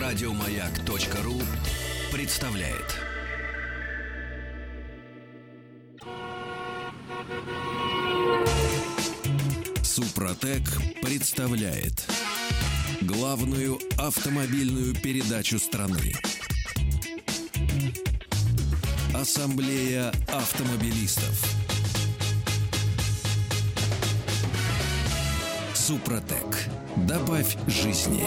Радиомаяк.ру представляет. Супротек представляет главную автомобильную передачу страны. Ассамблея автомобилистов. Супротек. Добавь жизни.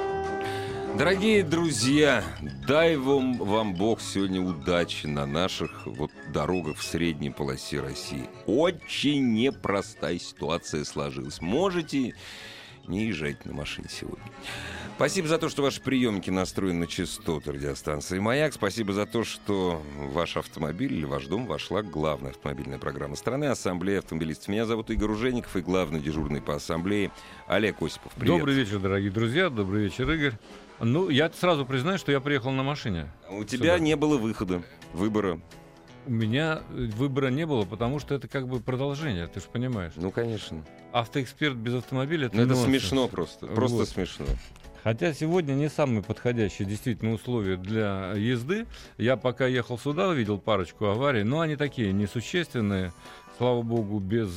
Дорогие друзья, дай вам Бог сегодня удачи на наших дорогах в средней полосе России. Очень непростая ситуация сложилась. Можете не езжать на машине сегодня. Спасибо за то, что ваши приемники настроены на частоты радиостанции «Маяк». Спасибо за то, что в ваш автомобиль или ваш дом вошла главная автомобильная программа страны «Ассамблея автомобилистов». Меня зовут Игорь Ужеников, и главный дежурный по ассамблее Олег Осипов. Привет. Добрый вечер, дорогие друзья. Добрый вечер, Игорь. Я сразу признаюсь, что я приехал на машине. У тебя не было выбора. У меня выбора не было, потому что это как бы продолжение, ты же понимаешь. Ну, конечно. Автоэксперт без автомобиля — это нонсенс. Это смешно просто. Просто смешно. Хотя сегодня не самые подходящие действительно условия для езды. Я пока ехал сюда, видел парочку аварий, но они такие несущественные, слава богу, без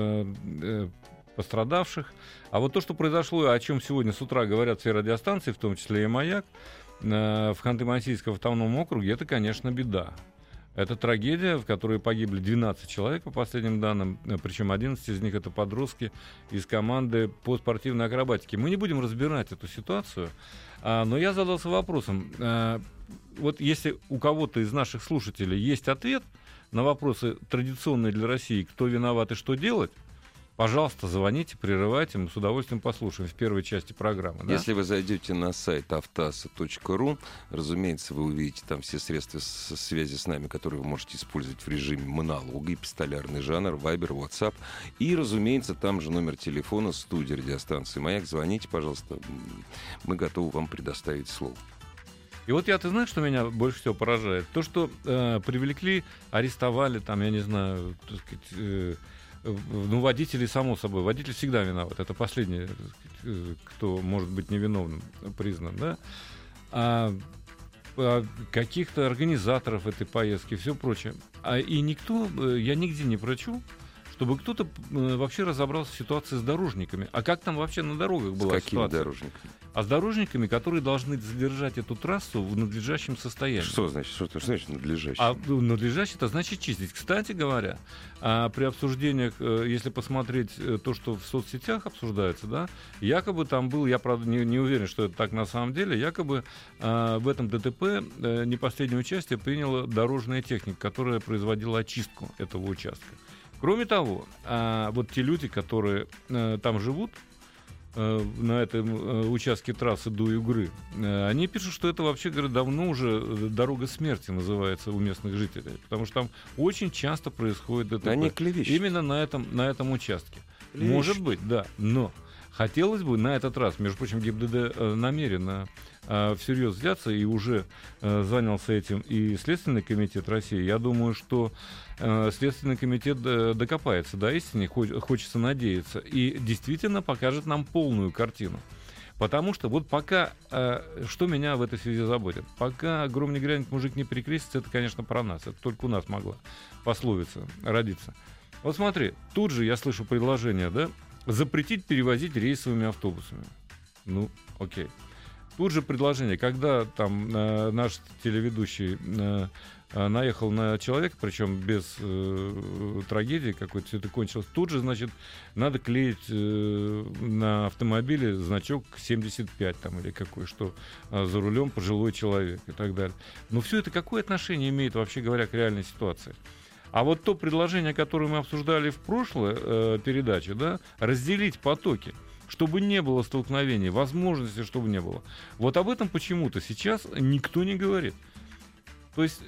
пострадавших. А вот то, что произошло, о чем сегодня с утра говорят все радиостанции, в том числе и «Маяк», в Ханты-Мансийском автономном округе, это, конечно, беда. Это трагедия, в которой погибли 12 человек, по последним данным, причем 11 из них — это подростки из команды по спортивной акробатике. Мы не будем разбирать эту ситуацию, но я задался вопросом, вот если у кого-то из наших слушателей есть ответ на вопросы традиционные для России, кто виноват и что делать, пожалуйста, звоните, прерывайте, мы с удовольствием послушаем в первой части программы. Да? Если вы зайдете на сайт автоаса.ру, разумеется, вы увидите там все средства связи с нами, которые вы можете использовать в режиме монолога, эпистолярный жанр, Вайбер, WhatsApp. И, разумеется, там же номер телефона студии радиостанции «Маяк». Звоните, пожалуйста, мы готовы вам предоставить слово. И вот ты знаешь, что меня больше всего поражает? То, что привлекли, арестовали, там, я не знаю, так сказать, водители, само собой. Водитель всегда виноват. Это последний, кто может быть невиновным признан. Да? А каких-то организаторов этой поездки, все прочее. И я нигде не прочу, чтобы кто-то вообще разобрался в ситуации с дорожниками. А как там вообще на дорогах была ситуация? С какими дорожниками? А с дорожниками, которые должны задержать эту трассу в надлежащем состоянии. Что значит надлежащий? Надлежащий — это значит чистить. Кстати говоря, при обсуждениях, если посмотреть то, что в соцсетях обсуждается, да, якобы там был, я, правда, не уверен, что это так на самом деле, якобы в этом ДТП не последнее участие приняла дорожная техника, которая производила очистку этого участка. Кроме того, вот те люди, которые там живут, на этом участке трассы Дуй-Угры, они пишут, что это вообще, говорят, давно уже дорога смерти называется у местных жителей, потому что там очень часто происходит ДТП. Они клевещут. Именно на этом участке. Клевещут. Может быть, да, но хотелось бы на этот раз, между прочим, ГИБДД намеренно всерьез взяться, и уже занялся этим и Следственный комитет России. Я думаю, что Следственный комитет докопается до истины, хочется надеяться, и действительно покажет нам полную картину. Потому что вот пока, что меня в этой связи заботит, пока гром не грянет, мужик не перекрестится, это, конечно, про нас, это только у нас могла пословица родиться. Вот смотри, тут же я слышу предложение, да, запретить перевозить рейсовыми автобусами. Ну, окей. Тут же предложение, когда там наш телеведущий наехал на человека, причем без трагедии какой-то, все это кончилось, тут же, значит, надо клеить на автомобиле значок 75 там, или какой, что за рулем пожилой человек и так далее. Но все это какое отношение имеет, вообще говоря, к реальной ситуации? А вот то предложение, которое мы обсуждали в прошлой передаче, да, разделить потоки, чтобы не было столкновений, возможности, чтобы не было. Вот об этом почему-то сейчас никто не говорит. То есть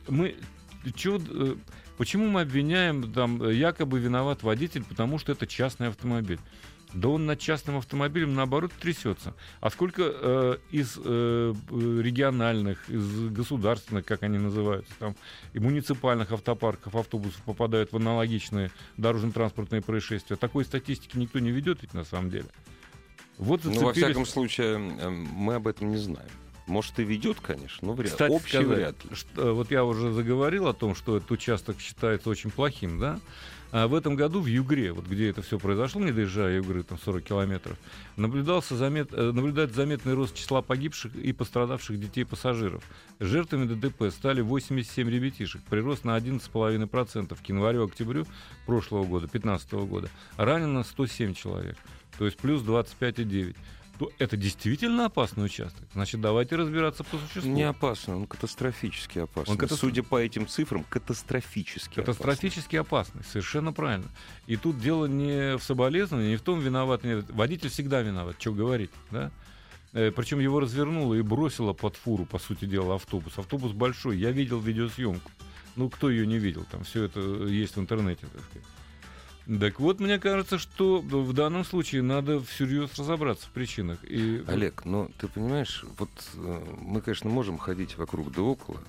почему мы обвиняем, там, якобы виноват водитель, потому что это частный автомобиль? Да он над частным автомобилем, наоборот, трясется. А сколько из региональных, из государственных, как они называются, там, и муниципальных автопарков, автобусов попадают в аналогичные дорожно-транспортные происшествия? Такой статистики никто не ведет ведь на самом деле. Вот во всяком случае, мы об этом не знаем. Может, и ведет, конечно, но Кстати общий сказать, вряд ли. вот я уже заговорил о том, что этот участок считается очень плохим, да? А в этом году в Югре, вот где это все произошло, не доезжая Югры, там 40 километров, наблюдается заметный рост числа погибших и пострадавших детей-пассажиров. Жертвами ДТП стали 87 ребятишек, прирост на 11,5% к январю-октябрю прошлого года, 2015 года. Ранено 107 человек, то есть плюс 25,9%. То это действительно опасный участок. Значит, давайте разбираться по существу. Не опасно, он катастрофически опасный. Судя по этим цифрам, катастрофически опасный. Совершенно правильно. И тут дело не в соболезновании, не в том виноват. Водитель всегда виноват, что говорить. Да? Причем его развернуло и бросило под фуру, по сути дела, автобус. Автобус большой. Я видел видеосъемку. Ну, кто ее не видел? Там все это есть в интернете, так сказать. Так вот, мне кажется, что в данном случае надо всерьез разобраться в причинах. Олег, ну ты понимаешь, вот мы, конечно, можем ходить вокруг да около.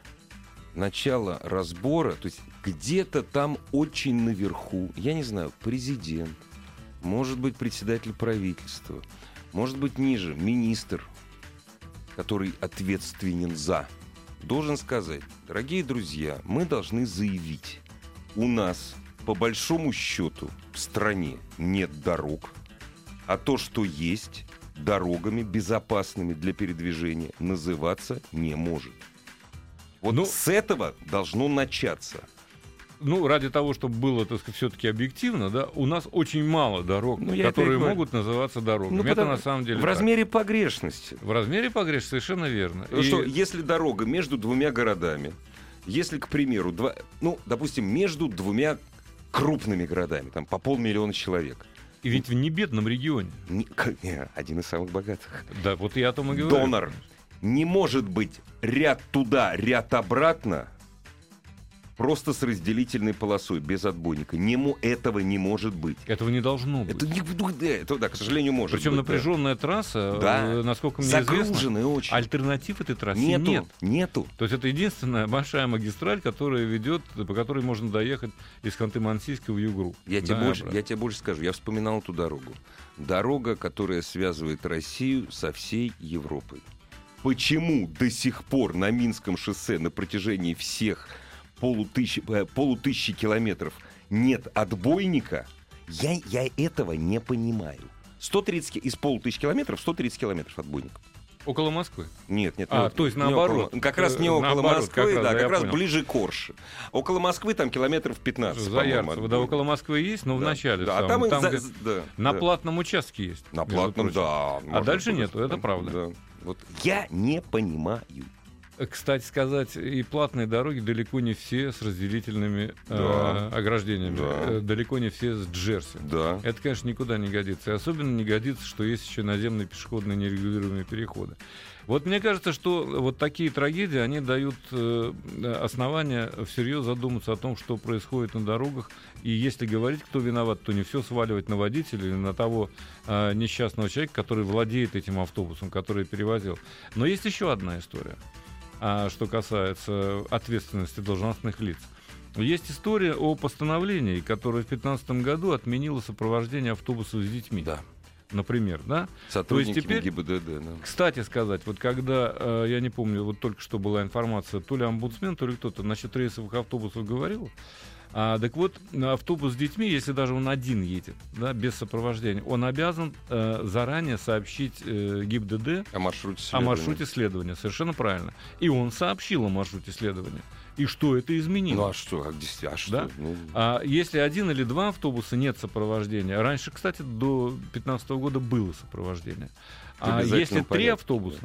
Начало разбора, то есть где-то там очень наверху, я не знаю, президент, может быть, председатель правительства, может быть, ниже, министр, который ответственен за, должен сказать: дорогие друзья, мы должны заявить, у нас по большому счету в стране нет дорог, а то, что есть, дорогами безопасными для передвижения называться не может. Вот с этого должно начаться. Ну, ради того, чтобы было, так сказать, все-таки объективно, да, у нас очень мало дорог, которые могут называться дорогами. Это на самом деле в размере погрешности. В размере погрешности, совершенно верно. Что, если дорога между двумя городами, если, к примеру, допустим, между двумя крупными городами, там по 500 000 человек. И ведь в небедном регионе. Один из самых богатых. Да, вот я о том и говорю. Донор. Не может быть ряд туда, ряд обратно, просто с разделительной полосой, без отбойника. Этого не может быть. Этого не должно быть. Это, к сожалению, может быть. Причем напряженная трасса, насколько мне известно, очень. Альтернатив этой трассе нету. То есть это единственная большая магистраль, которая ведет, по которой можно доехать из Ханты-Мансийска в Югру. Я тебе больше скажу. Я вспоминал эту дорогу. Дорога, которая связывает Россию со всей Европой. Почему до сих пор на Минском шоссе на протяжении всех полутысячи километров нет отбойника, я этого не понимаю. 130 из 1500 километров 130 километров отбойников. Около Москвы? Нет. То есть наоборот. Как раз не около Москвы, как раз понял. ближе к Орше. Около Москвы там километров 15. Заярцево, да, около Москвы есть, но в начале. Да, там на платном участке есть. На платном, да. А дальше нету, это правда. Да. Вот я не понимаю. Кстати сказать, и платные дороги далеко не все с разделительными ограждениями. Далеко не все с джерси. Да. Это, конечно, никуда не годится. И особенно не годится, что есть еще наземные пешеходные нерегулируемые переходы. Вот мне кажется, что вот такие трагедии, они дают основания всерьез задуматься о том, что происходит на дорогах. И если говорить, кто виноват, то не все сваливать на водителя или на того несчастного человека, который владеет этим автобусом, который перевозил. Но есть еще одна история. Что касается ответственности должностных лиц. Есть история о постановлении, которое в 2015 году отменило сопровождение автобусов с детьми. Да. Например, да? Сотрудники То есть теперь, ГИБДД. Да. Кстати сказать, вот когда, я не помню, вот только что была информация, то ли омбудсмен, то ли кто-то насчет рейсовых автобусов говорил. Так вот, автобус с детьми, если даже он один едет, да, без сопровождения, он обязан заранее сообщить ГИБДД о маршруте следования. Совершенно правильно. И он сообщил о маршруте следования. И что это изменило? Ну а что? Да? Если один или два автобуса нет сопровождения, раньше, кстати, до 2015 года было сопровождение. Если три автобуса,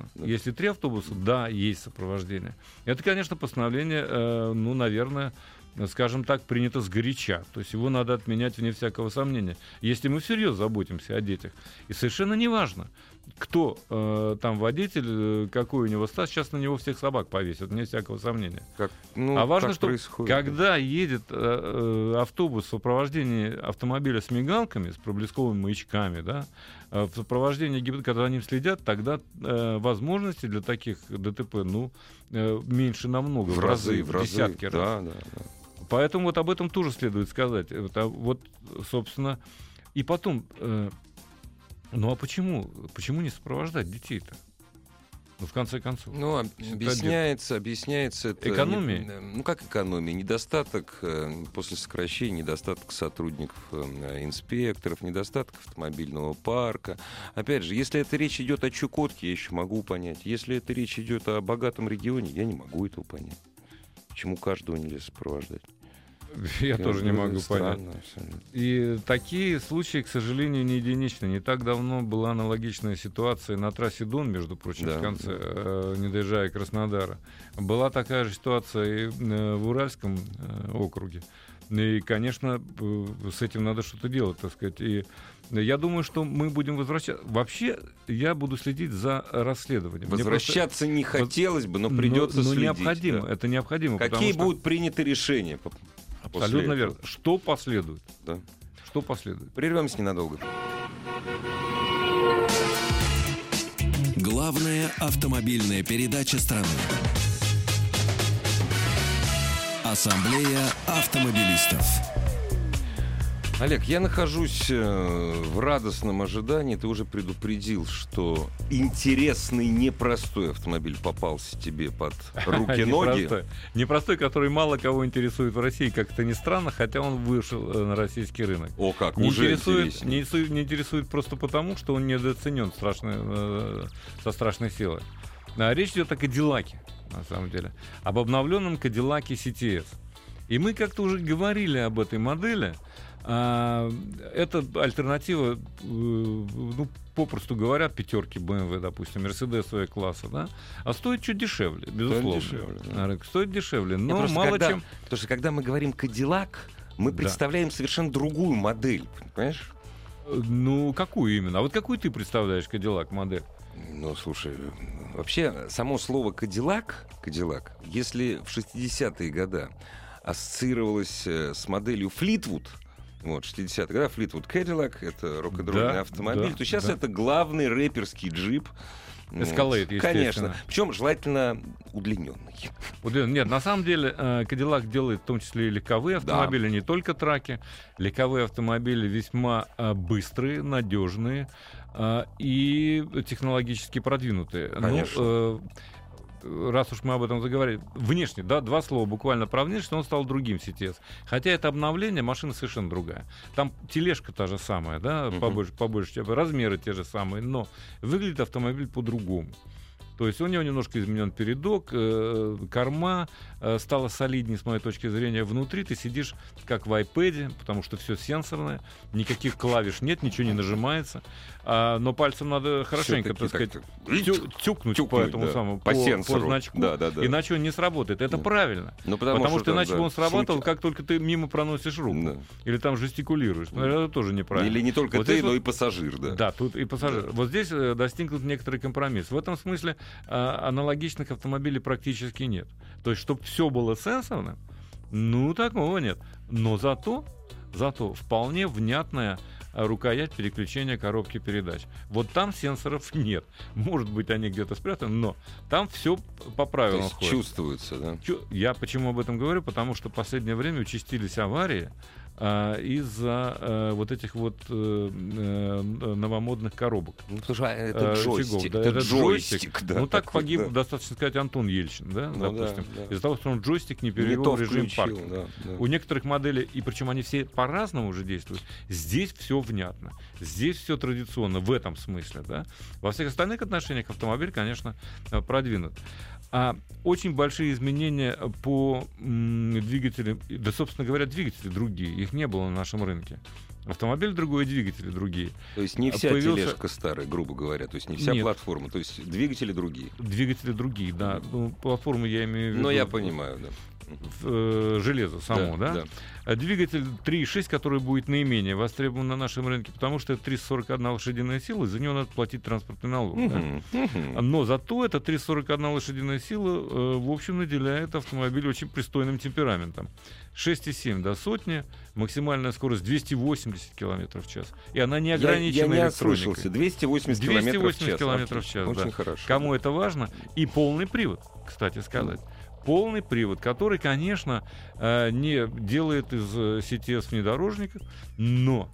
да, есть сопровождение. Это, конечно, постановление, наверное, скажем так, принято сгоряча. То есть его надо отменять вне всякого сомнения. Если мы всерьез заботимся о детях. И совершенно неважно, кто там водитель, какой у него стаж, сейчас на него всех собак повесят, вне всякого сомнения. Важно, что когда едет автобус в сопровождении автомобиля с мигалками, с проблесковыми маячками, да, в сопровождении ГИБДД, когда за ним следят, тогда возможности для таких ДТП меньше намного, в разы, в десятки раз. Да. Поэтому вот об этом тоже следует сказать. Вот, собственно, и потом... а почему не сопровождать детей-то? Ну, в конце концов. Ну, объясняется это... Экономией? Ну, как экономия? Недостаток, после сокращения, недостаток сотрудников, инспекторов, недостаток автомобильного парка. Опять же, если это речь идет о Чукотке, я еще могу понять. Если это речь идет о богатом регионе, я не могу этого понять. Почему каждого нельзя сопровождать? Я тоже не могу понять. Абсолютно. И такие случаи, к сожалению, не единичны. Не так давно была аналогичная ситуация на трассе Дон, между прочим, Да, в конце, не доезжая Краснодара. Была такая же ситуация и в Уральском округе. И, конечно, с этим надо что-то делать, так сказать. И я думаю, что мы будем возвращаться. Вообще, я буду следить за расследованием. Возвращаться не хотелось бы, но придется но следить. Необходимо, да. это необходимо. Какие будут приняты решения? Абсолютно верно. Что последует? Да. Что последует? Прервемся ненадолго. Главная автомобильная передача страны. Ассамблея автомобилистов. Олег, я нахожусь в радостном ожидании. Ты уже предупредил, что интересный, непростой автомобиль попался тебе под руки-ноги. Непростой, который мало кого интересует в России, как это ни странно, хотя он вышел на российский рынок. О, как, не уже не интересует просто потому, что он недооценен со страшной силой. Речь идет о Кадиллаке, на самом деле. Об обновленном Кадиллаке CTS. И мы как-то уже говорили об этой модели. Это альтернатива, ну, попросту говоря, пятерки BMW, допустим, Mercedes класса, да? А стоит чуть дешевле, безусловно. Стоит дешевле, но мало чем... Потому что когда мы говорим Кадиллак, мы представляем совершенно другую модель, понимаешь? Ну, какую именно? А вот какую ты представляешь Кадиллак модель? Ну, слушай, вообще само слово Кадиллак, если в 60-е годы ассоциировалось с моделью Fleetwood, вот, 60-е годы, Fleetwood Cadillac, это рок-н-ролльный автомобиль, то сейчас это главный рэперский джип. Escalade, естественно. Конечно. Причем желательно удлиненный. Нет, на самом деле Cadillac делает в том числе и легковые автомобили, не только траки. Легковые автомобили весьма быстрые, надежные и технологически продвинутые. Конечно. Ну, раз уж мы об этом заговорили, внешне, да, два слова буквально про внешне, он стал другим CTS. Хотя это обновление, машина совершенно другая. Там тележка та же самая, да, побольше, размеры те же самые, но выглядит автомобиль по-другому. То есть у него немножко изменен передок, корма стала солиднее, с моей точки зрения. Внутри ты сидишь как в iPad, потому что все сенсорное, никаких клавиш нет, ничего не нажимается. Но пальцем надо хорошенько, так сказать, тюкнуть по этому самому, по значку, иначе он не сработает. Это правильно. Потому что иначе он срабатывал, как только ты мимо проносишь руку. Или там жестикулируешь. Это тоже неправильно. Или не только ты, но и пассажир. Да, тут и пассажир. Вот здесь достигнут некоторый компромисс. В этом смысле аналогичных автомобилей практически нет. То есть, чтобы все было сенсорным, ну, такого нет. Но зато вполне внятная рукоять переключения коробки передач. Вот там сенсоров нет. Может быть, они где-то спрятаны, но там все по правилам ходит. Чувствуется, да? Я почему об этом говорю? Потому что в последнее время участились аварии из-за вот этих вот новомодных коробок. Ну, потому что это джойстик. Это джойстик. Да, ну, так погиб, достаточно сказать, Антон Ельчин, да, допустим. Да. Из-за того, что он джойстик не перевел в режим паркинга. Да. У некоторых моделей, и причем они все по-разному уже действуют, здесь все внятно. Здесь все традиционно, в этом смысле. Да. Во всех остальных отношениях автомобиль, конечно, продвинут. Очень большие изменения по двигателям, да, собственно говоря, двигатели другие, их не было на нашем рынке. Автомобиль другой, двигатели другие. То есть не вся тележка старая, грубо говоря, то есть не вся платформа, то есть двигатели другие. Двигатели другие, да. Ну, платформу я имею в виду. Но я понимаю, да. Железо само, да? Двигатель 3.6, который будет наименее востребован на нашем рынке, потому что это 341 лошадиная сила, и за нее надо платить транспортный налог. Но зато эта 341 лошадиная сила, в общем, наделяет автомобиль очень пристойным темпераментом. 6,7 до сотни, максимальная скорость 280 км в час. И она не ограничена электроникой. 280 км в час. Очень хорошо. Кому это важно? И полный привод, кстати сказать. Полный привод, который, конечно, не делает из CTS внедорожников, но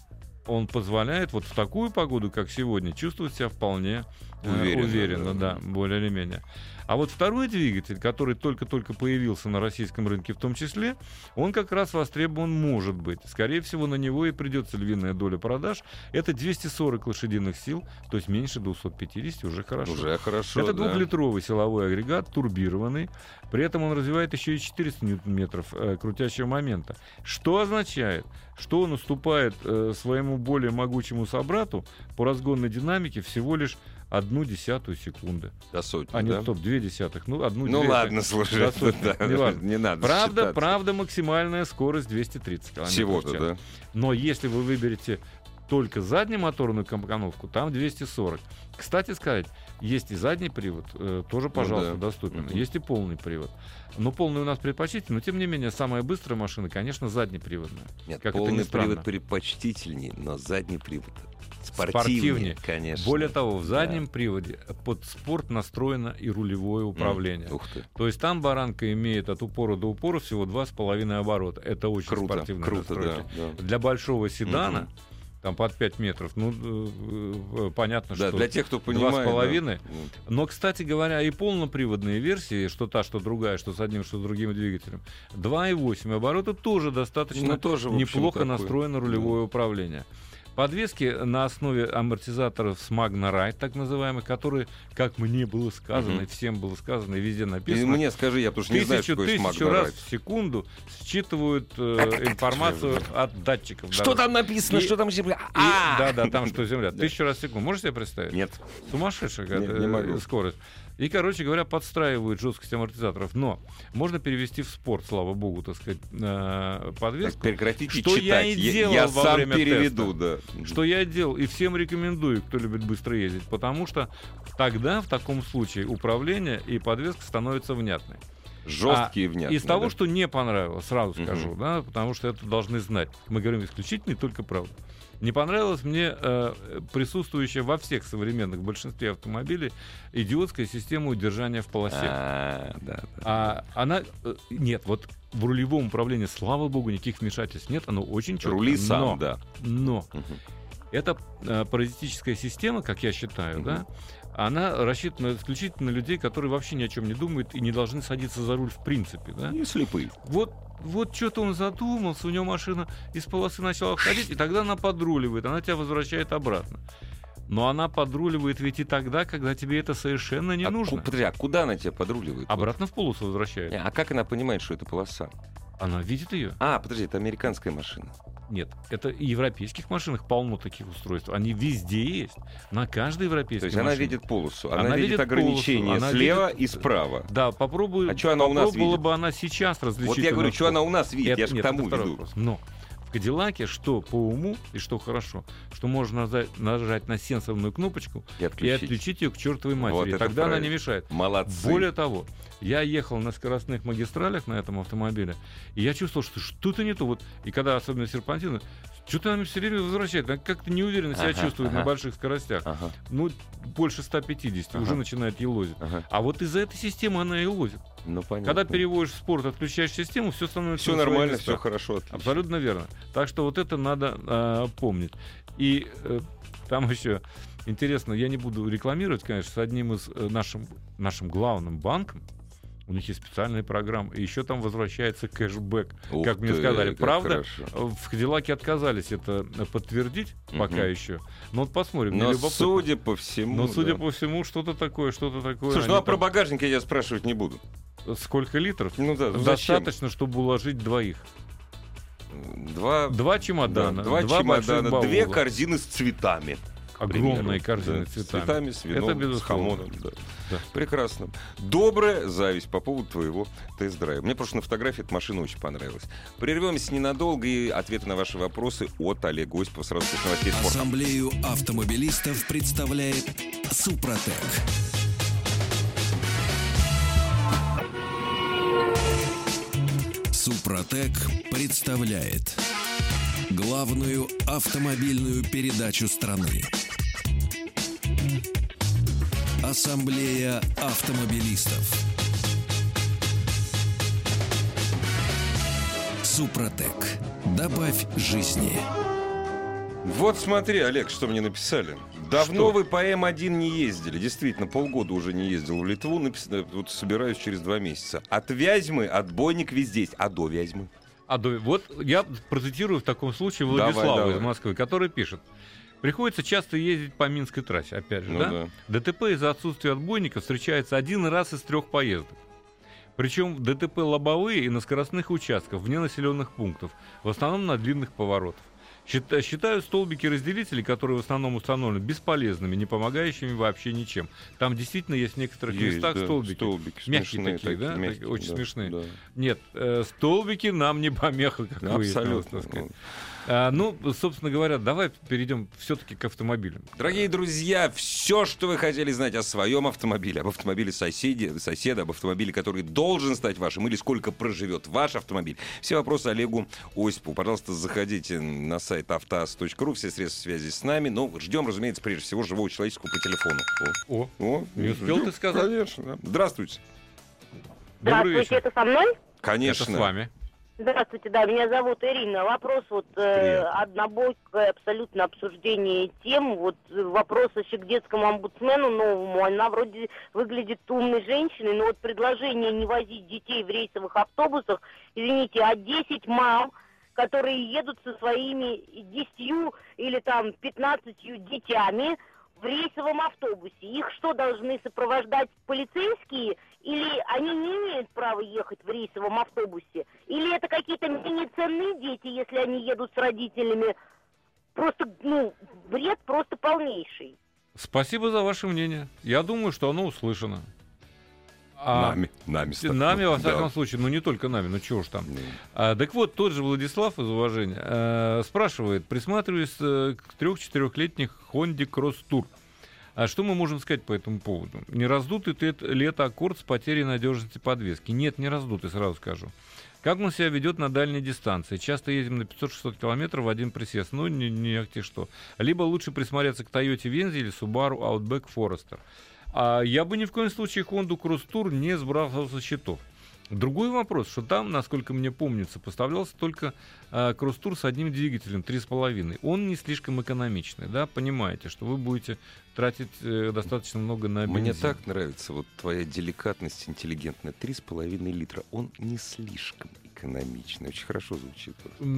он позволяет вот в такую погоду, как сегодня, чувствовать себя вполне уверенно, да, более или менее. А вот второй двигатель, который только-только появился на российском рынке в том числе, он как раз востребован может быть. Скорее всего, на него и придется львиная доля продаж. Это 240 лошадиных сил, то есть меньше 250, уже хорошо. Уже хорошо, это да. двухлитровый силовой агрегат, турбированный. При этом он развивает еще и 400 ньютон-метров крутящего момента. Что означает, что он уступает своему более могучему собрату по разгонной динамике всего лишь 0,1 секунды. До сотни, А не, да? стоп, 0,2. Ну, 1,2. Ну ладно, слушай, до сотни, да, неважно. не надо Правда, максимальная скорость 230 км всего-то, в час. да? Но если вы выберете только заднемоторную компоновку, там 240. Кстати сказать, есть и задний привод, тоже, пожалуйста, доступен. Есть и полный привод. Но полный у нас предпочтительный, но тем не менее, самая быстрая машина, конечно, заднеприводная. Нет, как полный это ни странно. привод предпочтительнее, но задний привод Спортивнее, конечно. Более того, в заднем приводе под спорт настроено и рулевое управление. Ух ты. То есть там баранка имеет от упора до упора всего 2,5 оборота. Это очень спортивная настройка. Да. Для большого седана, там под 5 метров, понятно, да, что для тех, кто понимает, 2,5. да. Но, кстати говоря, и полноприводные версии, что та, что другая, что с одним, что с другим двигателем, 2,8 оборота тоже достаточно тоже, в общем, неплохо такое. настроено рулевое управление. Подвески на основе амортизаторов с Magna Ride, так называемых, которые, как мне было сказано, и всем было сказано, и везде написано. И мне скажи, я потому что не знаю, что такое тысячу Magna раз Ride. в секунду считывают информацию от датчиков. Что там написано? Что там земля? Да, там что земля. 1000 раз в секунду. Можешь себе представить? Нет. Сумасшедшая Не могу. скорость. И, короче говоря, подстраивают жесткость амортизаторов. Но можно перевести в спорт, слава богу, так сказать, подвеску. Так, прекратите что читать. Я и делал я во сам время переведу, теста. да. Что я делал. И всем рекомендую, кто любит быстро ездить. Потому что тогда, в таком случае, управление и подвеска становятся внятной. Жесткие и внятные. Из того, что не понравилось, сразу скажу, да, потому что это должны знать. Мы говорим исключительно и только правду. Не понравилась мне присутствующая во всех современных, в большинстве автомобилей, идиотская система удержания в полосе. Она... Нет, вот в рулевом управлении, слава богу, никаких вмешательств нет, оно очень четко. Рули сам, да. Но эта паразитическая система, как я считаю, да, она рассчитана исключительно на людей, которые вообще ни о чем не думают и не должны садиться за руль в принципе. Да? И слепые. Вот что-то он задумался, у него машина из полосы начала входить, и тогда она подруливает, она тебя возвращает обратно. Но она подруливает ведь и тогда, когда тебе это совершенно не нужно. А куда она тебя подруливает? Обратно в полосу возвращает. А как она понимает, что это полоса? Она видит ее. Подожди, это американская машина. Нет, это и в европейских машинах полно таких устройств. Они везде есть. На каждой европейской машине. То есть она видит полосу, она видит ограничения полосу, слева и справа. Да, попробуй. А что она у нас видит? Попробовала бы она сейчас различить. Вот я говорю, что она у нас видит, я же к тому это веду. вопрос. Но в Кадиллаке, что по уму и что хорошо, что можно нажать на сенсорную кнопочку и отключить ее к чертовой матери. Вот и тогда правильно. она не мешает. Молодцы. Более того, я ехал на скоростных магистралях на этом автомобиле, и я чувствовал, что что-то не то. Вот, и когда особенно серпантины, что-то она все время возвращает. Она как-то неуверенно себя чувствует на больших скоростях. Ну, больше 150 уже начинает елозить. А вот из-за этой системы она елозит. Ну, понятно. Когда переводишь в спорт, отключаешь систему, все становится все нормально, все хорошо. Отлично. Абсолютно верно. Так что вот это надо помнить. И там еще интересно, я не буду рекламировать, конечно, с одним из нашим главным банком. У них есть специальная программа. И еще там возвращается кэшбэк, как мне сказали. Правда, в Кадиллаке отказались это подтвердить пока еще. Но вот посмотрим. Но судя по всему... что-то такое. Слушай, а про багажник я тебя спрашивать не буду. Сколько литров? Ну да, достаточно, чтобы уложить двоих. Два чемодана. Два чемодана, 2 корзины с цветами. Огромные корзины с цветами. С вином, с хамоном. Да. Прекрасно. Добрая зависть по поводу твоего тест-драйва. Мне просто на фотографии эта машина очень понравилась. Прервемся ненадолго, и ответы на ваши вопросы от Олега Осипова сразу после новостей спорта. Ассамблею автомобилистов представляет Супротек. Супротек представляет главную автомобильную передачу страны. Ассамблея автомобилистов. Супротек. Добавь жизни. Вот смотри, Олег, что мне написали. Давно вы по М1 не ездили. Действительно, полгода уже не ездил в Литву. Вот собираюсь через 2 месяца. От Вязьмы отбойник везде есть. А до Вязьмы? Вот я процитирую в таком случае Владислава из Москвы, который пишет. Приходится часто ездить по Минской трассе, опять же, да? ДТП из-за отсутствия отбойника встречается 1 раз из 3 поездок. Причем ДТП лобовые и на скоростных участках, вне населенных пунктов, в основном на длинных поворотах. Считаю столбики-разделители, которые в основном установлены, бесполезными, не помогающими вообще ничем. Там действительно есть в некоторых местах столбики мягкие такие, да? Мягкие, очень смешные. Да. Нет, столбики нам не помеха, как выяснилось, так сказать. Собственно говоря, давай перейдем все-таки к автомобилям. Дорогие друзья, все, что вы хотели знать о своем автомобиле, об автомобиле соседа, об автомобиле, который должен стать вашим, или сколько проживет ваш автомобиль, все вопросы Олегу Осипову. Пожалуйста, заходите на сайт автоаз.ру, все средства связи с нами. Но ждем, разумеется, прежде всего, живого человеческого по телефону. Не успел ты сказать? Конечно. Да. Здравствуйте. Здравствуйте, это со мной? Конечно. Это с вами. Здравствуйте, да, меня зовут Ирина. Вопрос однобокое абсолютно обсуждение тем. Вопросочек к детскому омбудсмену новому. Она вроде выглядит умной женщиной, но предложение не возить детей в рейсовых автобусах, извините, 10 мам, которые едут со своими 10 или 15 детьми в рейсовом автобусе. Их что, должны сопровождать полицейские? Или они не имеют права ехать в рейсовом автобусе? Или это какие-то менее ценные дети, если они едут с родителями? Просто, бред просто полнейший. Спасибо за ваше мнение. Я думаю, что оно услышано. Нами, во всяком случае, не только нами, чего ж там. Так вот, тот же Владислав из уважения спрашивает, присматриваясь к 3-4-летних Honda Cross Tour. А что мы можем сказать по этому поводу? Не раздутый ли это аккорд с потерей надежности подвески? Нет, не раздутый, сразу скажу. Как он себя ведет на дальней дистанции? Часто едем на 500-600 километров в один присест. Не ахти что. Либо лучше присмотреться к Toyota Venza или Subaru Outback Forester. Я бы ни в коем случае Honda Cross Tour не сбрасывал со счетов. Другой вопрос, что там, насколько мне помнится, поставлялся только Cross Tour с одним двигателем 3,5. Он не слишком экономичный, да, понимаете, что вы будете тратить достаточно много на бензин. Мне так нравится твоя деликатность интеллигентная. 3,5 литра, он не слишком экономичный, очень хорошо звучит.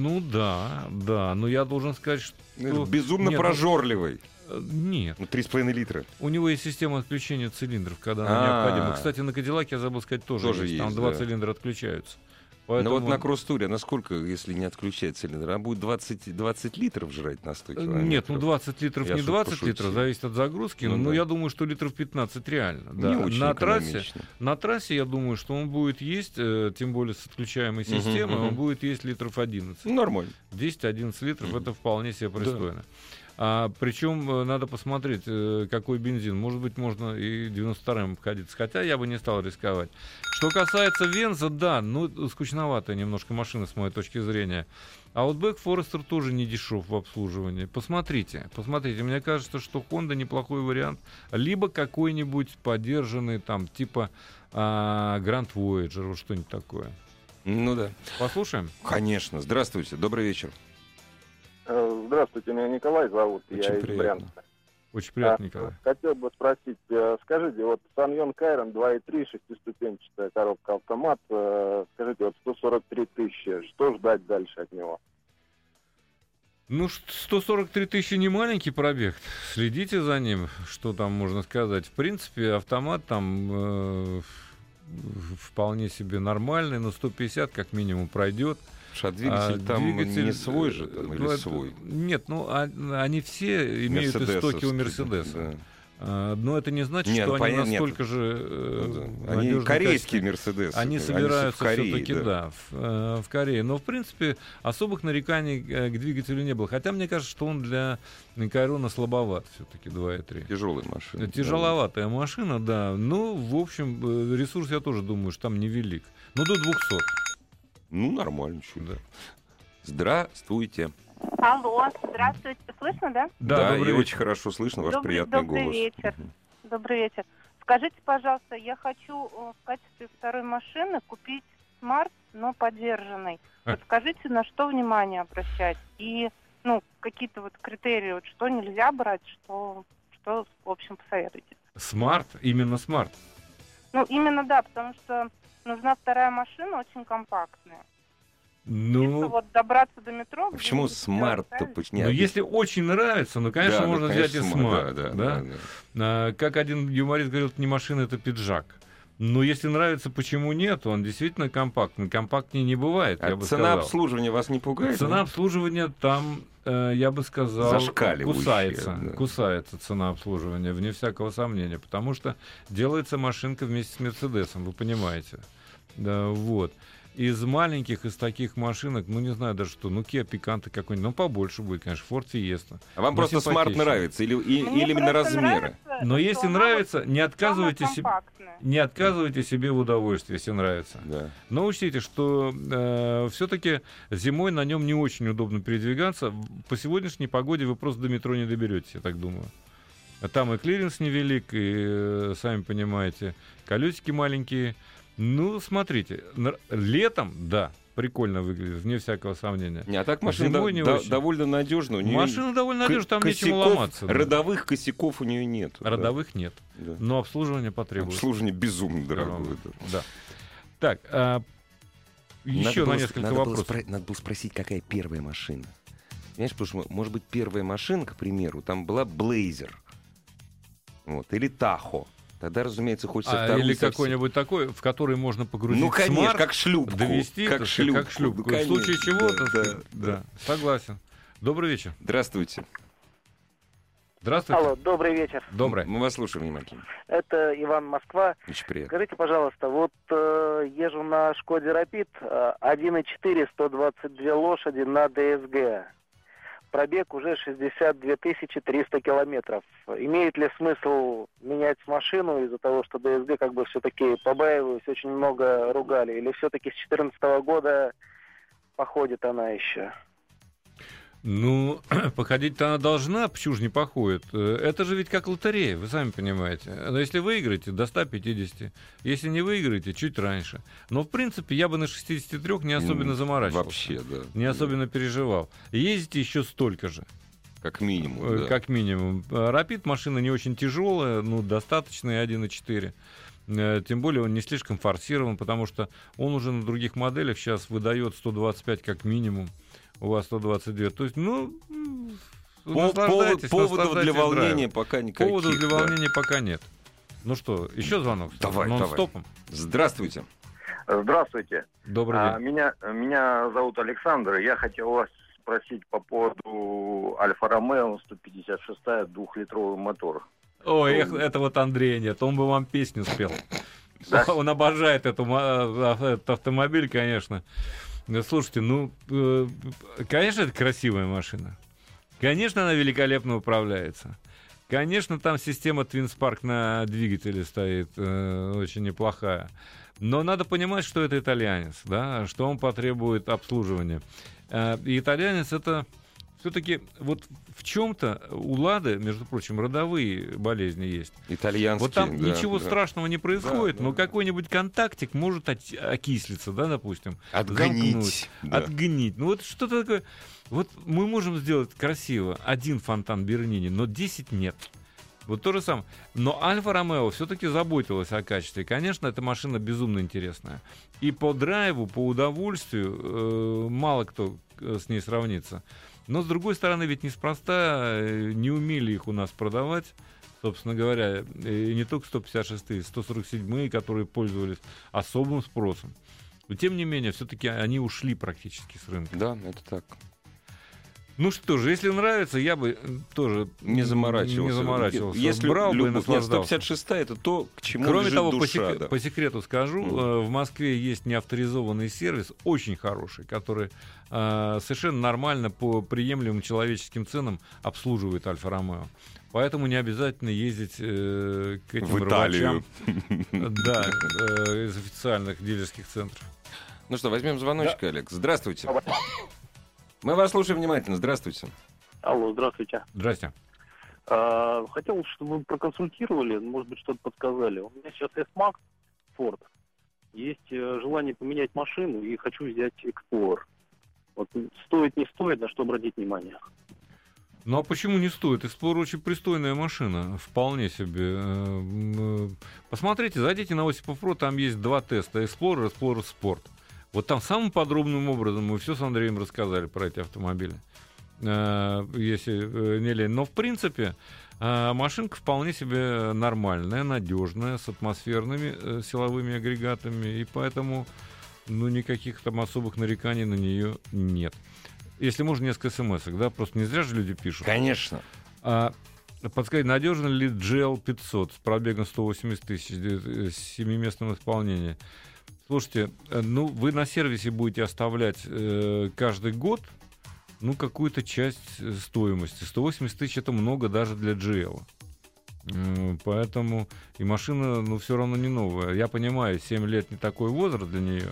Да, но я должен сказать, что... Безумно прожорливый. Нет. 3,5 литра. У него есть система отключения цилиндров, когда она необходима. Кстати, на Кадиллаке, я забыл сказать, тоже есть. Там 2 цилиндра отключаются. Поэтому... Но на кросс-туре, насколько, если не отключать цилиндр, она будет 20 литров жрать на 100 километров? Нет, 20 литров я не 20 литров, зависит от загрузки. Но я думаю, что литров 15 реально. Да. Не очень на трассе, я думаю, что он будет есть, тем более с отключаемой системой, он будет есть литров 11. Нормально. 10-11 литров, это вполне себе пристойно. Причем надо посмотреть, какой бензин. Может быть, можно и 92-м обходиться. Хотя я бы не стал рисковать. Что касается Венза, да, скучноватая немножко машина с моей точки зрения. Outback Forester тоже не дешев в обслуживании. Посмотрите. Мне кажется, что Honda неплохой вариант. Либо какой-нибудь подержанный, типа Grand Voyager, вот что-нибудь такое. Да. Послушаем? Конечно. Здравствуйте. Добрый вечер. Здравствуйте, меня Николай зовут, Очень я приятно. из Брянска. Очень приятно, Николай. Хотел бы спросить, скажите, Саньон Кайрон 2.3, 6-ступенчатая коробка автомат, скажите, 143 тысячи, что ждать дальше от него? 143 тысячи не маленький пробег. Следите за ним, что там можно сказать. В принципе, автомат там вполне себе нормальный, но 150 как минимум пройдет. Двигатель не свой же или свой? Нет, они все имеют истоки у Мерседеса. Да. Но это не значит, что они настолько же они корейские Мерседесы. Они собираются все-таки, в Корее. Но, в принципе, особых нареканий к двигателю не было. Хотя, мне кажется, что он для Кайрона слабоват все-таки 2.3. Тяжелая машина. Тяжеловатая машина, да. В общем, ресурс, я тоже думаю, что там невелик. До 200. Нормально. Да. Здравствуйте. Алло, здравствуйте. Слышно, да? Да, и очень хорошо слышно ваш приятный голос. Добрый вечер. Добрый вечер. Скажите, пожалуйста, я хочу в качестве второй машины купить Smart, но подержанный. Скажите, на что внимание обращать? И Ну, какие-то вот критерии, вот что нельзя брать, что в общем, посоветуйте. Смарт, именно смарт. Ну, именно да, потому что нужна вторая машина, очень компактная. Чисто вот добраться до метро... Почему смарт-то? Ну, если очень нравится, ну, конечно, Да, можно конечно, взять и смарт. да. Как один юморист говорил, это не машина, это пиджак. Но если нравится, почему нет? Он действительно компактный. Компактнее не бывает, я бы цена сказал. обслуживания вас не пугает? Цена обслуживания там, я бы сказал, зашкаливающая, кусается цена обслуживания, вне всякого сомнения. Потому что делается машинка вместе с Мерседесом, вы понимаете. Да, вот. Из маленьких, из таких машинок, ну, не знаю даже что, ну, Kia Picanto какой-нибудь, ну, побольше будет, конечно, Ford Fiesta. А вам просто смарт нравится или именно размеры? Но если нравится, не отказывайте себе в удовольствии, если нравится. Да. Но учтите, что все-таки зимой на нем не очень удобно передвигаться. По сегодняшней погоде вы просто до метро не доберетесь, я так думаю. Там и клиренс невелик, и, сами понимаете, колесики маленькие. Ну, смотрите, летом, да, прикольно выглядит, вне всякого сомнения. А так машина довольно надежная. Машина довольно надежная, там нечему ломаться. Родовых косяков у нее нет. Родовых нет, но обслуживание потребуется. Обслуживание безумно дорогое. Да. Так, еще на несколько вопросов. Надо было спросить, какая первая машина. Понимаешь, потому что, может быть, первая машина, к примеру, там была Blazer. Вот, или Tahoe. Тогда, разумеется, хочется вторую или какой-нибудь такой, в который можно погрузить смарт. Ну, конечно, как шлюпку. Довести, как шлюпку. Ну, в случае чего, да, согласен. Добрый вечер. Здравствуйте. Здравствуйте. Алло, добрый вечер. Добрый. Мы вас слушаем внимательно. Это Иван, Москва. Очень приятно. Скажите, пожалуйста, вот езжу на Шкоде Рапид 1.4, 122 лошади на ДСГ. Пробег уже 62 300 километров. Имеет ли смысл менять машину из-за того, что ДСГ как бы все-таки побаиваюсь, очень много ругали? Или все-таки с 2014 года походит она еще? Ну, походить-то она должна, почему же не походит? Это же ведь как лотерея, вы сами понимаете. Но если выиграете, до 150. Если не выиграете, чуть раньше. Но, в принципе, я бы на 63 не особенно заморачивался. Вообще, да. Не особенно переживал. Ездите еще столько же. Как минимум, да. Как минимум. Рапид машина не очень тяжелая, ну, достаточная, 1.4. Тем более он не слишком форсирован, потому что он уже на других моделях сейчас выдает 125 как минимум. У вас 122. То есть, ну, поводов для волнения пока никаких. Поводов для волнения пока нет. Ну что, еще звонок? Давай. Нон-стопом. Здравствуйте. Здравствуйте. Добрый день. Меня зовут Александр. Я хотел вас спросить по поводу Альфа-Ромео 156, двухлитровый мотор. Ой, это вот Андрей нет. Он бы вам песню спел. Да? Он обожает этот автомобиль, конечно. Слушайте, ну, конечно, это красивая машина. Конечно, она великолепно управляется. Конечно, там система Twin Spark на двигателе стоит очень неплохая. Но надо понимать, что это итальянец, да, что он потребует обслуживания. И итальянец — это все-таки вот в чем-то у «Лады», между прочим, родовые болезни есть. Итальянские, вот там ничего страшного не происходит, но какой-нибудь контактик может окислиться, да, допустим. Отгнить. Отгнить. Ну вот что-то такое. Вот мы можем сделать красиво один фонтан Бернини, но 10 нет. Вот то же самое. Но Альфа-Ромео все-таки заботилась о качестве. Конечно, эта машина безумно интересная. И по драйву, по удовольствию мало кто с ней сравнится. Но, с другой стороны, ведь неспроста не умели их у нас продавать, собственно говоря, и не только 156-е, 147-е, которые пользовались особым спросом. Но, тем не менее, все-таки они ушли практически с рынка. Да, это так. Ну что же, если нравится, я бы тоже не заморачивался. Если брал бы и наслаждался. 156-я — это то, к чему Кроме лежит того, душа. по секрету скажу, в Москве есть неавторизованный сервис, очень хороший, который совершенно нормально по приемлемым человеческим ценам обслуживает Альфа-Ромео. Поэтому не обязательно ездить к этим рвачам. Да, из официальных дилерских центров. Ну что, возьмем звоночек, Алекс. Здравствуйте. Мы вас слушаем внимательно. Здравствуйте. Алло, здравствуйте. Здрасте. Хотел, чтобы вы проконсультировали, может быть, что-то подсказали. У меня сейчас S-Max Ford. Есть желание поменять машину и хочу взять Explorer. Вот стоит, не стоит, на что обратить внимание? Ну а почему не стоит? Explorer очень пристойная машина, вполне себе. Посмотрите, зайдите на Осипов.ру, там есть 2 теста: Explorer, Explorer Sport. Вот там самым подробным образом мы все с Андреем рассказали про эти автомобили. Если не лень. Но в принципе машинка вполне себе нормальная, надежная, с атмосферными силовыми агрегатами, и поэтому никаких там особых нареканий на нее нет. Если можно, несколько смс-ок, да, просто не зря же люди пишут. Конечно. Подскажите, надежно ли GL500 с пробегом 180 тысяч, с 7-местным исполнением? Слушайте, вы на сервисе будете оставлять каждый год какую-то часть стоимости. 180 тысяч — это много даже для GL. Поэтому и машина, все равно не новая. Я понимаю, 7 лет не такой возраст для нее.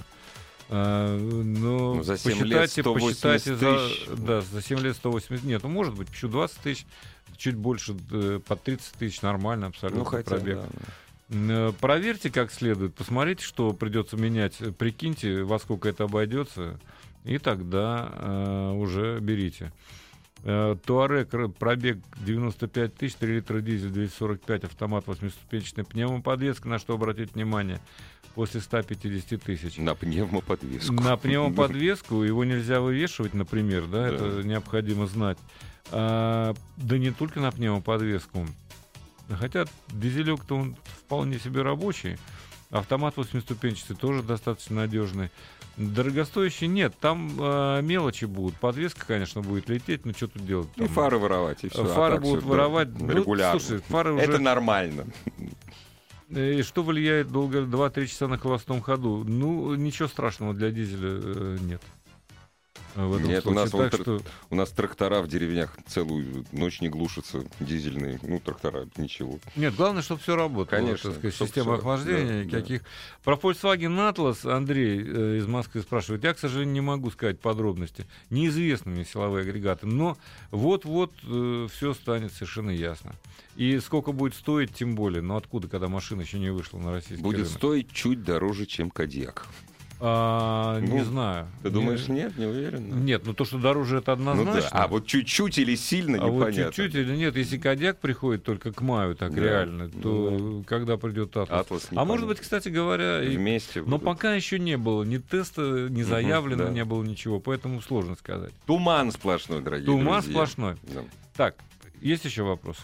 Но за 7 лет 180 тысяч. За 7 лет 180. Нет, может быть, еще 20 тысяч, чуть больше, под 30 тысяч, нормально абсолютно пробег. Да. Проверьте как следует, посмотрите, что придется менять, прикиньте, во сколько это обойдется, и тогда уже берите. Туарек, пробег 95 тысяч, 3 литра дизель, 245, автомат, 8-ступенчатый, пневмоподвеска, на что обратить внимание, после 150 тысяч. На пневмоподвеску. На пневмоподвеску, его нельзя вывешивать, например, да, это необходимо знать. Да не только на пневмоподвеску. Хотя дизелек-то он вполне себе рабочий. Автомат 8-ступенчатый тоже достаточно надежный. Дорогостоящий нет, там мелочи будут. Подвеска, конечно, будет лететь, но что тут делать? И фары воровать, и все. Фары будут воровать регулярно. Слушай, фары уже... Это нормально. И что влияет долго 2-3 часа на холостом ходу? Ничего страшного для дизеля нет. Нет, у нас трактора в деревнях целую ночь не глушатся, дизельные, трактора, ничего. Нет, главное, чтобы все работало. Конечно. Система охлаждения, никаких. Про Volkswagen Atlas Андрей из Москвы спрашивает. Я, к сожалению, не могу сказать подробности. Неизвестны мне силовые агрегаты, но вот-вот все станет совершенно ясно. И сколько будет стоить, тем более. Но откуда, когда машина еще не вышла на российский рынок? Будет стоить чуть дороже, чем Кодиак. Не знаю. Ты думаешь, нет? Не уверен? Нет, то, что дороже, это однозначно. А вот чуть-чуть или сильно, непонятно. Вот чуть-чуть или нет. Если Кодиак приходит только к маю, так реально, то когда придет Атлас? А может быть, кстати говоря, вместе. Но пока еще не было ни теста, ни заявлено, не было ничего, поэтому сложно сказать. Туман сплошной, дорогие друзья. Туман сплошной. Да. Так, есть еще вопросы?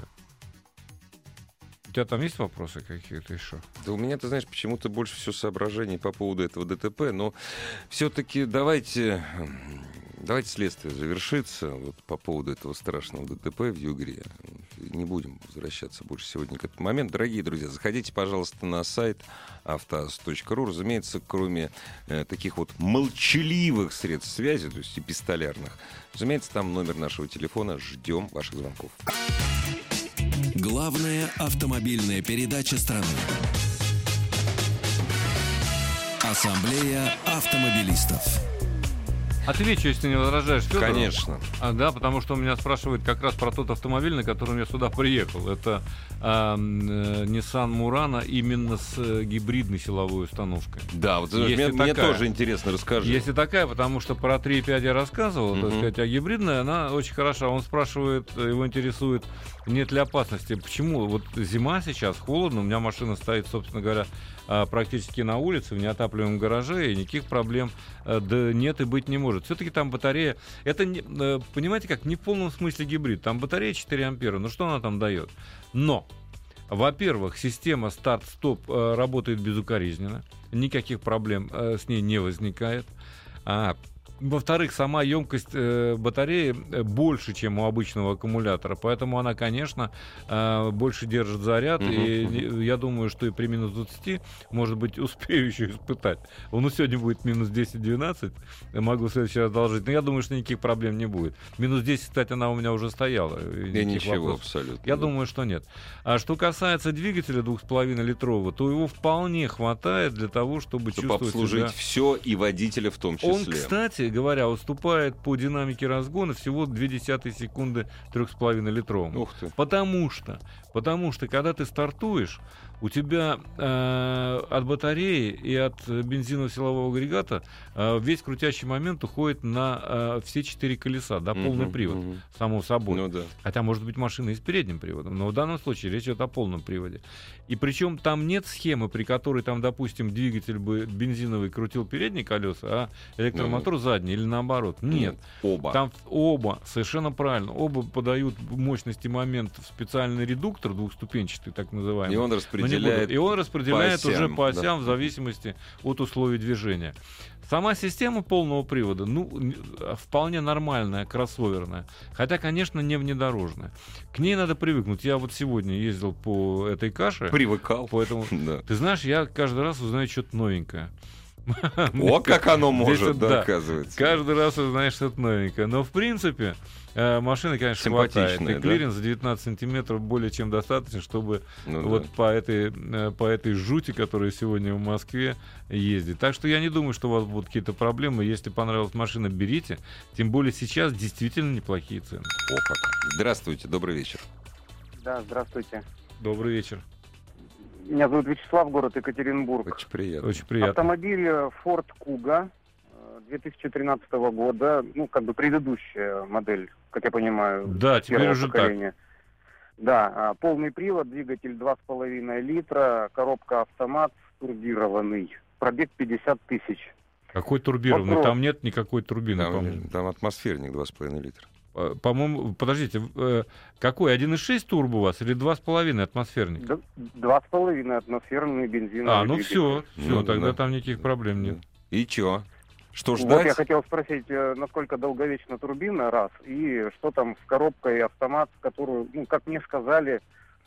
У тебя там есть вопросы какие-то еще? Да у меня, ты знаешь, почему-то больше всего соображений по поводу этого ДТП, но все-таки давайте следствие завершится по поводу этого страшного ДТП в Югре. Не будем возвращаться больше сегодня к этому моменту. Дорогие друзья, заходите, пожалуйста, на сайт автоаз.ру. Разумеется, кроме таких молчаливых средств связи, то есть эпистолярных, разумеется, там номер нашего телефона. Ждем ваших звонков. Главная автомобильная передача страны. Ассамблея автомобилистов. Отвечу, если не возражаешь, Фёдоров. Конечно. Да, потому что меня спрашивают как раз про тот автомобиль, на котором я сюда приехал. Это Nissan Murano именно с гибридной силовой установкой. Да, вот мне тоже интересно, расскажи. Если такая, потому что про 3.5 я рассказывал, так сказать, а гибридная, она очень хороша. Он спрашивает, его интересует, нет ли опасности. Почему? Вот зима сейчас, холодно, у меня машина стоит, собственно говоря, практически на улице, в неотапливаемом гараже, и никаких проблем нет и быть не может. Все-таки там батарея, это, понимаете как, не в полном смысле гибрид, там батарея 4 ампера, что она там дает? Но, во-первых, система старт-стоп работает безукоризненно, никаких проблем с ней не возникает. Во-вторых, сама емкость батареи больше, чем у обычного аккумулятора, поэтому она, конечно, больше держит заряд, и я думаю, что и при минус 20, может быть, успею еще испытать. Сегодня будет минус 10-12, могу в следующий раз доложить, но я думаю, что никаких проблем не будет. Минус 10, кстати, она у меня уже стояла. И ничего вопросов. Абсолютно. Я думаю, что нет. А что касается двигателя 2,5-литрового, то его вполне хватает для того, чтобы чувствовать обслужить себя... все и водителя в том числе. Он, кстати, кстати говоря, уступает по динамике разгона всего 0,2 секунды 3,5-литровому. Ух ты. Потому что, когда ты стартуешь, у тебя от батареи и от бензинового силового агрегата весь крутящий момент уходит на все 4 колеса, да, полный привод, само собой. Ну, да. Хотя, может быть, машина и с передним приводом, но в данном случае речь идет о полном приводе. И причем там нет схемы, при которой, там, допустим, двигатель бы бензиновый крутил передние колеса, а электромотор задний, или наоборот. Нет. Оба. Там оба, совершенно правильно, оба подают мощности момент в специальный редуктор двухступенчатый, так называемый. И он распределяет, уже по осям, да, в зависимости от условий движения. Сама система полного привода, вполне нормальная, кроссоверная. Хотя, конечно, не внедорожная. К ней надо привыкнуть. Я вот сегодня ездил по этой каше. Привыкал. Поэтому, да. Ты знаешь, я каждый раз узнаю что-то новенькое. О, как оно может, да, оказывается. Каждый раз узнаешь что-то новенькое. Но, в принципе, машины, конечно, хватает. И клиренс за 19 сантиметров более чем достаточно, чтобы по этой жути, которая сегодня в Москве, ездить. Так что я не думаю, что у вас будут какие-то проблемы. Если понравилась машина, берите. Тем более сейчас действительно неплохие цены. О, как. Здравствуйте, добрый вечер. Да, здравствуйте. Добрый вечер. Меня зовут Вячеслав, город Екатеринбург. Очень приятно. Очень приятно. Автомобиль Ford Kuga 2013 года, предыдущая модель, как я понимаю. Да, теперь уже поколения. Да, полный привод, двигатель 2,5 литра, коробка автомат, турбированный, пробег 50 тысяч. Какой турбированный? Там нет никакой турбины, по-моему. Там атмосферник 2,5 литра. По-моему, подождите, какой? 1,6 турбо у вас или 2,5 атмосферник? 2,5 атмосферный бензиновый двигатель. Все, тогда там никаких проблем нет. И чё? Что ждать? Вот я хотел спросить, насколько долговечна турбина, раз, и что там с коробкой автомат, которую, как мне сказали,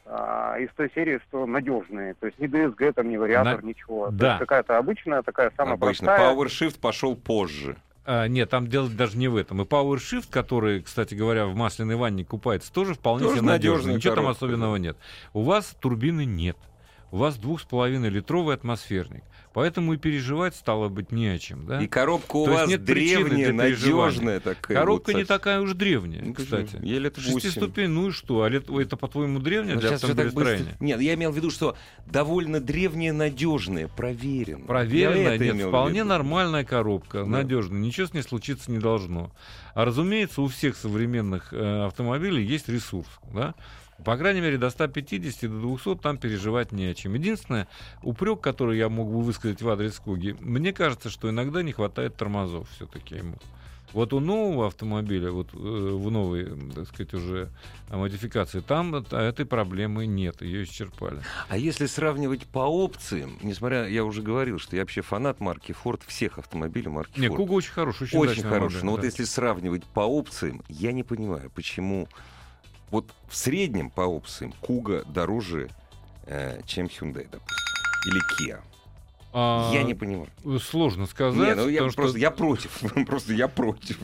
из той серии, что надежные. То есть ни DSG, там, ни вариатор, ничего. Да. То есть какая-то обычная, такая самая простая. PowerShift пошел позже. Нет, там дело даже не в этом. И PowerShift, который, кстати говоря, в масляной ванне купается, тоже вполне себе надежный. Ничего там особенного нет. У вас турбины нет. У вас 2,5-литровый атмосферник. Поэтому и переживать стало быть не о чем. Да? И коробка у вас древняя, надежная такая. Коробка не такая уж древняя, кстати. Ей лет 8. 6-ступень, ну и что? А это, по-твоему, древняя для автомобилестроения? Нет, я имел в виду, что довольно древняя, надежная, проверенная. Проверенная, нет, вполне нормальная коробка, надежная. Ничего с ней случиться не должно. А разумеется, у всех современных автомобилей есть ресурс, да? По крайней мере, до 150, до 200 там переживать не о чем. Единственное, упрек, который я мог бы высказать в адрес Куги, мне кажется, что иногда не хватает тормозов все-таки ему. Вот у нового автомобиля, вот в новой, так сказать, уже модификации, там этой проблемы нет, ее исчерпали. А если сравнивать по опциям, несмотря, я уже говорил, что я вообще фанат марки Ford, всех автомобилей марки Ford. Нет, Kuga очень хороший, очень хороший. Но вот если сравнивать по опциям, я не понимаю, почему... Вот в среднем по опциям Kuga дороже, чем Hyundai, допустим, или Kia. Я не понимаю. Сложно сказать. Я против. Просто я против.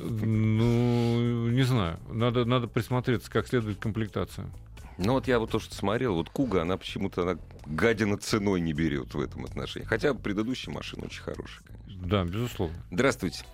Ну, не знаю. Надо присмотреться как следует к комплектации. Ну вот я вот то, что смотрел, вот Kuga, она почему-то гадина ценой не берет в этом отношении. Хотя предыдущая машина очень хорошая, конечно. Да, безусловно. Здравствуйте.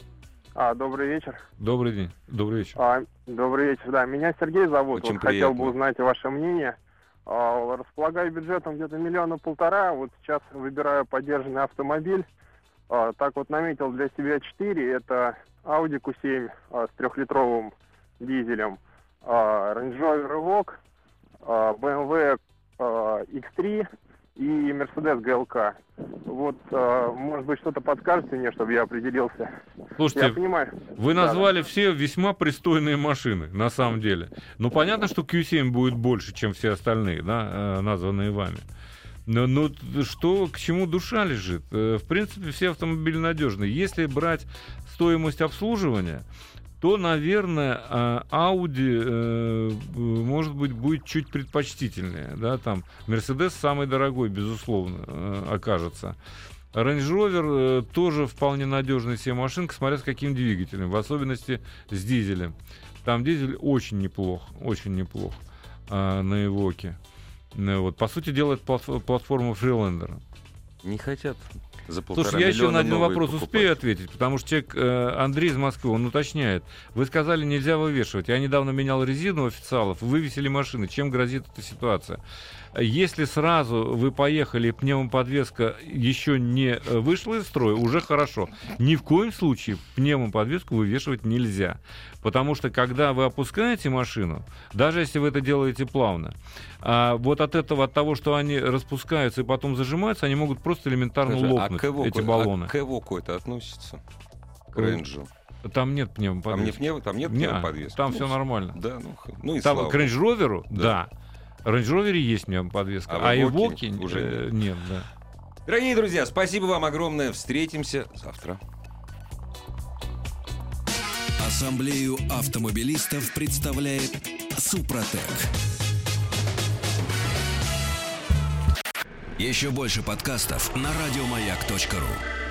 Добрый вечер. Добрый день. Добрый вечер. Добрый вечер, да. Меня Сергей зовут. Очень хотел бы узнать ваше мнение. Располагаю бюджетом где-то 1,5 миллиона. Вот сейчас выбираю подержанный автомобиль. Так вот наметил для себя 4. Это Audi Q7 с 3-литровым дизелем, Range Rover Evoque, BMW X3 и Mercedes GLK. Вот, может быть, что-то подскажете мне, чтобы я определился. Слушайте, я понимаю. Вы назвали все весьма пристойные машины, на самом деле. Ну, понятно, что Q7 будет больше, чем все остальные, да, названные вами. Но что, к чему душа лежит? В принципе, все автомобили надежные. Если брать стоимость обслуживания, то, наверное, Audi, может быть, будет чуть предпочтительнее. Да? Там Mercedes самый дорогой, безусловно, окажется. Range Rover тоже вполне надежная себе машинка, смотря с каким двигателем, в особенности с дизелем. Там дизель очень неплох на Evoque. Вот. По сути дела, это платформа Freelander. Не хотят за 1,5 Слушай, я еще на один вопрос покупать. успею ответить, потому что человек, Андрей из Москвы, он уточняет. Вы сказали, нельзя вывешивать. Я недавно менял резину у официалов, вывесили машины. Чем грозит эта ситуация? Если сразу вы поехали, пневмоподвеска еще не вышла из строя, уже хорошо. Ни в коем случае пневмоподвеску вывешивать нельзя. Потому что, когда вы опускаете машину, даже если вы это делаете плавно, вот от того, что они распускаются и потом зажимаются, они могут просто элементарно лопнуть, эти баллоны. А к Эвоку это относится? К Рейнджу? Там нет пневмоподвески. Там нет пневмоподвески? Там все нормально. Да, и там слава к Рейндж-Роверу, да. Рейндж-Ровере есть пневмоподвеска, а Эвоке уже нет, да. Дорогие друзья, спасибо вам огромное. Встретимся завтра. Ассамблею автомобилистов представляет Супротек. Еще больше подкастов на радиомаяк.ру.